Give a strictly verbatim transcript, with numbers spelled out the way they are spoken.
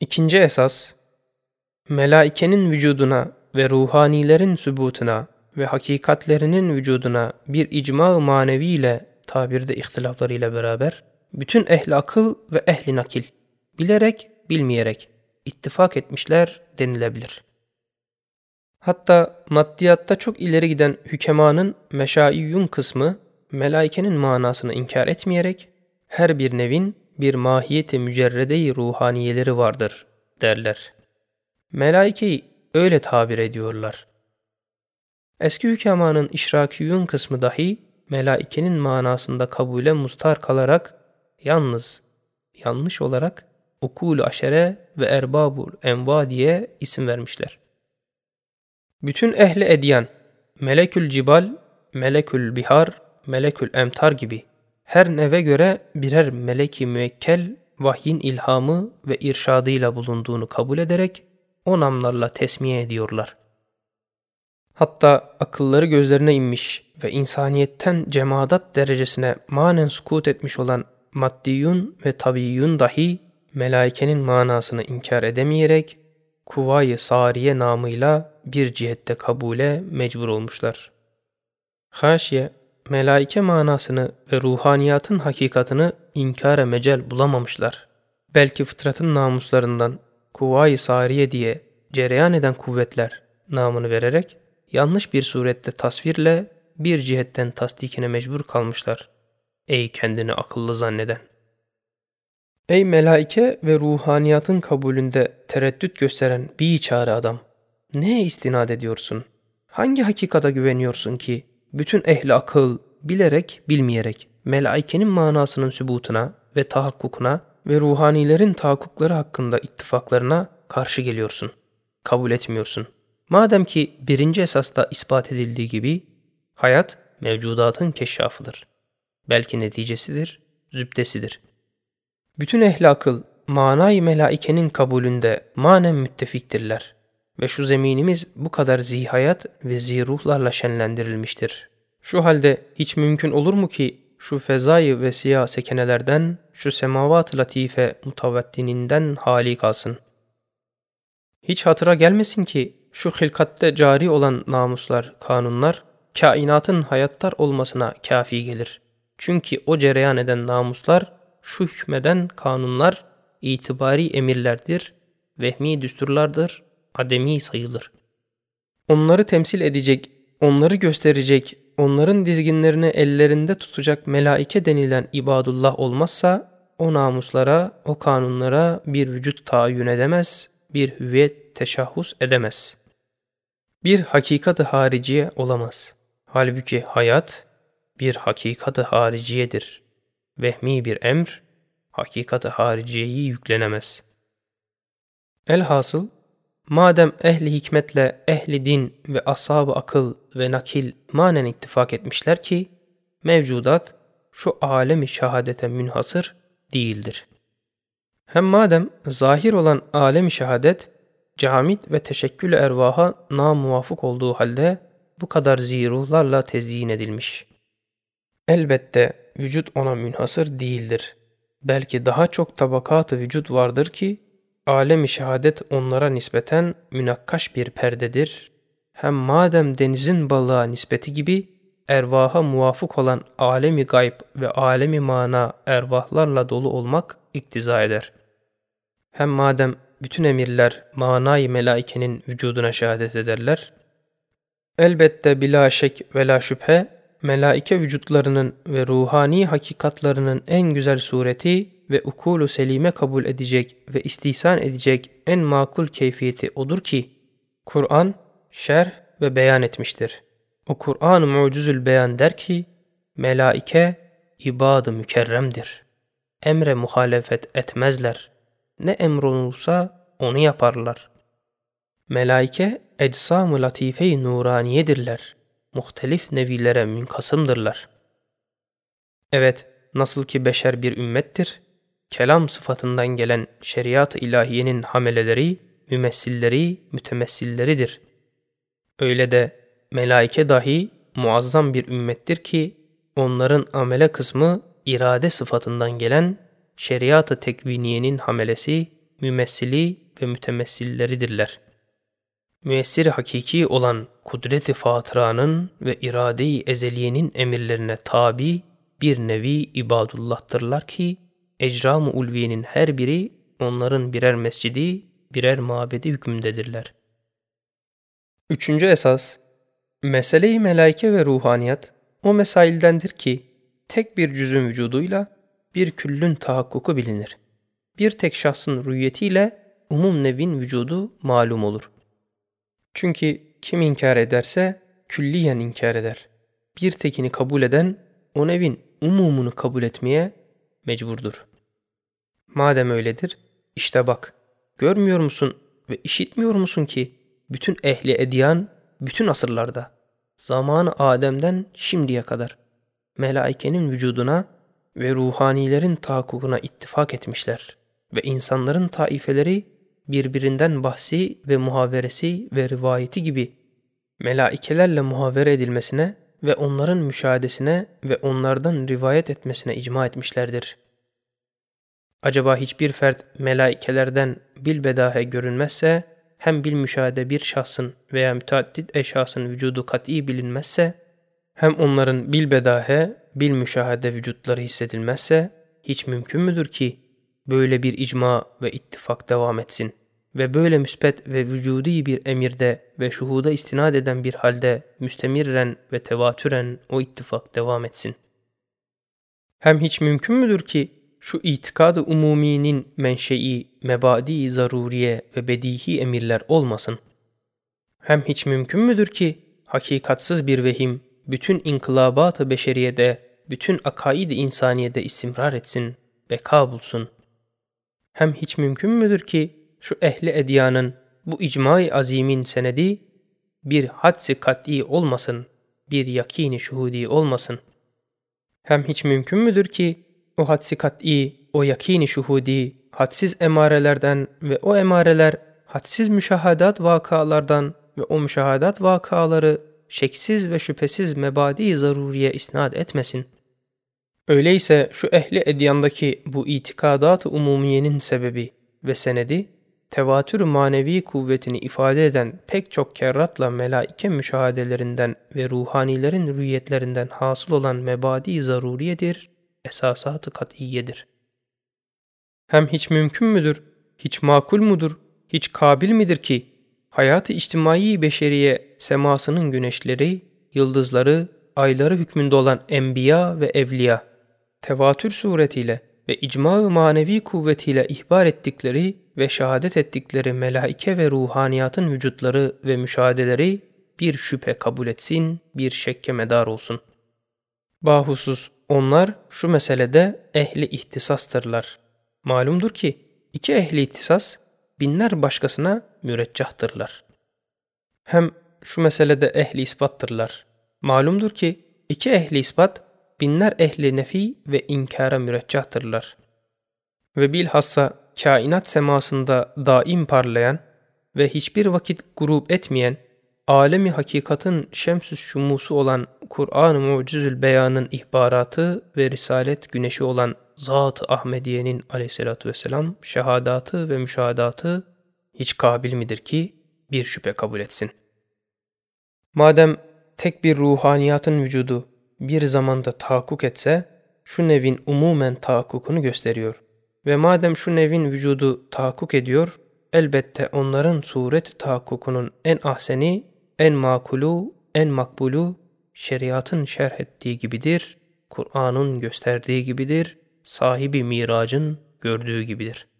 İkinci esas, melaikenin vücuduna ve ruhanilerin sübutuna ve hakikatlerinin vücuduna bir icma-ı manevi ile tabirde ihtilaflarıyla beraber, bütün ehli akıl ve ehli nakil, bilerek bilmeyerek ittifak etmişler denilebilir. Hatta maddiyatta çok ileri giden hükemanın meşaiyyun kısmı, melaikenin manasını inkar etmeyerek, her bir nevin bir mahiyeti mücerrede-i ruhaniyeleri vardır derler. Melaikeyi öyle tabir ediyorlar. Eski hükemanın işrakiyun kısmı dahi melaikenin manasında kabule mustar kalarak yalnız, yanlış olarak ukul-u aşere ve erbabul enva diye isim vermişler. Bütün ehli edyan, melekül cibal, melekül bihar, melekül emtar gibi her neve göre birer meleki müekkel vahyin ilhamı ve irşadıyla bulunduğunu kabul ederek o namlarla tesmiye ediyorlar. Hatta akılları gözlerine inmiş ve insaniyetten cemadat derecesine manen sukut etmiş olan maddiyun ve tabiyyun dahi melaikenin manasını inkar edemeyerek kuvayı sariye namıyla bir cihette kabule mecbur olmuşlar. Haşiye, melaike manasını ve ruhaniyatın hakikatını inkara mecel bulamamışlar. Belki fıtratın namuslarından kuvayı sariye diye cereyan eden kuvvetler namını vererek yanlış bir surette tasvirle bir cihetten tasdikine mecbur kalmışlar. Ey kendini akıllı zanneden! Ey melaike ve ruhaniyatın kabulünde tereddüt gösteren biçare adam! Neye istinad ediyorsun? Hangi hakikata güveniyorsun ki bütün ehli akıl bilerek bilmeyerek melaikenin manasının sübutuna ve tahakkukuna ve ruhanilerin tahakkukları hakkında ittifaklarına karşı geliyorsun? Kabul etmiyorsun. Madem ki birinci esasta ispat edildiği gibi hayat mevcudatın keşşafıdır. Belki neticesidir, zübdesidir. Bütün ehli akıl manayı melaikenin kabulünde manen müttefiktirler ve şu zeminimiz bu kadar zihayat ve ziruhlarla şenlendirilmiştir. Şu halde hiç mümkün olur mu ki şu fezayı ve siyah sekenelerden, şu semavat-ı latife mutavaddininden hali kalsın? Hiç hatıra gelmesin ki şu hilkatte cari olan namuslar, kanunlar, kainatın hayattar olmasına kafi gelir. Çünkü o cereyan eden namuslar, şu hükmeden kanunlar, itibari emirlerdir, vehmi düsturlardır, ademi sayılır. Onları temsil edecek, onları gösterecek, onların dizginlerini ellerinde tutacak melaike denilen ibadullah olmazsa, o namuslara, o kanunlara bir vücut tahayyün edemez, bir hüviyet teşahhus edemez. Bir hakikat-ı hariciye olamaz. Halbuki hayat bir hakikat-ı hariciyedir. Vehmi bir emr, hakikat-ı hariciyeyi yüklenemez. Elhasıl, madem ehli hikmetle ehli din ve ashab-ı akıl ve nakil manen ittifak etmişler ki, mevcudat şu alemi şehadete münhasır değildir. Hem madem zahir olan alemi şehadet, camit ve teşekkül-i ervaha namuvafık olduğu halde bu kadar ziruhlarla tezyin edilmiş. Elbette vücut ona münhasır değildir. Belki daha çok tabakat-ı vücut vardır ki, alem-i şehadet onlara nispeten münakkaş bir perdedir. Hem madem denizin balığa nispeti gibi, ervaha muvafık olan alemi gayb ve alemi mana ervahlarla dolu olmak iktiza eder. Hem madem bütün emirler manayı melaikenin vücuduna şehadet ederler, elbette bila şek ve la şüphe, melaike vücutlarının ve ruhani hakikatlarının en güzel sureti ve ukulu selime kabul edecek ve istihsan edecek en makul keyfiyeti odur ki, Kur'an şerh ve beyan etmiştir. O Kur'an-ı mucizül beyan der ki, melaike ibad-ı mükerremdir. Emre muhalefet etmezler. Ne emrolunursa onu yaparlar. Melaike eczam-ı latife-i nuraniyedirler. Muhtelif nevilere münkasımdırlar. Evet, nasıl ki beşer bir ümmettir, kelam sıfatından gelen şeriat-ı ilahiyenin hameleleri, mümessilleri, mütemessilleridir. Öyle de melaike dahi muazzam bir ümmettir ki, onların amele kısmı irade sıfatından gelen şeriat-ı tekviniyenin hamelesi, mümessili ve mütemessilleridirler. Müessir hakiki olan kudret-i fatıranın ve irade-i ezeliyenin emirlerine tabi bir nevi ibadullah'tırlar ki, ecram-ı ulviyenin her biri onların birer mescidi, birer mabedi hükmündedirler. Üçüncü esas, mesele-i melaike ve ruhaniyat o mesaildendir ki, tek bir cüz'ün vücuduyla bir küllün tahakkuku bilinir. Bir tek şahsın rüyetiyle umum nevin vücudu malum olur. Çünkü kim inkar ederse külliyen inkar eder. Bir tekini kabul eden o nevin umumunu kabul etmeye mecburdur. Madem öyledir, işte bak, görmüyor musun ve işitmiyor musun ki bütün ehli edyan, bütün asırlarda, zamanı Adem'den şimdiye kadar melaikenin vücuduna ve ruhanilerin tahakkukuna ittifak etmişler ve insanların taifeleri birbirinden bahsi ve muhaveresi ve rivayeti gibi melaikelerle muhavere edilmesine ve onların müşahedesine ve onlardan rivayet etmesine icma etmişlerdir. Acaba hiçbir fert melaikelerden bilbedahe görünmezse, hem bilmüşahede bir şahsın veya müteaddit eşhasın vücudu kat'i bilinmezse, hem onların bilbedahe, bilmüşahede vücutları hissedilmezse, hiç mümkün müdür ki böyle bir icma ve ittifak devam etsin ve böyle müsbet ve vücudi bir emirde ve şuhuda istinad eden bir halde müstemirren ve tevatüren o ittifak devam etsin? Hem hiç mümkün müdür ki şu itikad-ı umuminin menşei, mebadi zaruriye ve bedihi emirler olmasın? Hem hiç mümkün müdür ki hakikatsız bir vehim bütün inkılabat-ı beşeriyede, bütün akaid-i insaniyede istimrar etsin, beka bulsun? Hem hiç mümkün müdür ki şu ehli edyanın bu icma-i azimin senedi bir hadsi kat'i olmasın, bir yakini şuhudi olmasın? Hem hiç mümkün müdür ki o hadsi kat'i, o yakini şuhudi, hadsiz emarelerden ve o emareler hadsiz müşahadat vakalardan ve o müşahadat vakaları şeksiz ve şüphesiz mebadi zaruriye isnad etmesin? Öyleyse şu ehli edyandaki bu itikadat-ı umumiyenin sebebi ve senedi, tevatür manevi kuvvetini ifade eden pek çok kerratla melaike müşahadelerinden ve ruhanilerin rüyetlerinden hasıl olan mebadi zaruriyedir, esasat-ı kat'iyedir. Hem hiç mümkün müdür, hiç makul mudur, hiç kabil midir ki, hayat-ı içtimai beşeriye semasının güneşleri, yıldızları, ayları hükmünde olan enbiya ve evliya, tevatür suretiyle ve icma-ı manevi kuvvetiyle ihbar ettikleri ve şehadet ettikleri melaike ve ruhaniyatın vücutları ve müşahedeleri bir şüphe kabul etsin, bir şekke medar olsun. Bahusus onlar şu meselede ehli ihtisastırlar. Malumdur ki iki ehli ihtisas binler başkasına müreccahtırlar. Hem şu meselede ehli isbattırlar. Malumdur ki iki ehli isbat binler ehli nefi ve inkara müreccahtırlar. Ve bilhassa kainat semasında daim parlayan ve hiçbir vakit grup etmeyen, alemi hakikatın şems-ü şumusu olan Kur'an-ı Mucizül Beyan'ın ihbaratı ve risalet güneşi olan Zat-ı Ahmediye'nin aleyhissalatu vesselam şehadatı ve müşahadatı hiç kabil midir ki bir şüphe kabul etsin? Madem tek bir ruhaniyatın vücudu bir zamanda tahakkuk etse, şu nevin umumen tahakkukunu gösteriyor. Ve madem şu nevin vücudu tahakkuk ediyor, elbette onların suret tahakkukunun en ahseni, en makulu, en makbulu, şeriatın şerh ettiği gibidir, Kur'an'ın gösterdiği gibidir, sahibi miracın gördüğü gibidir.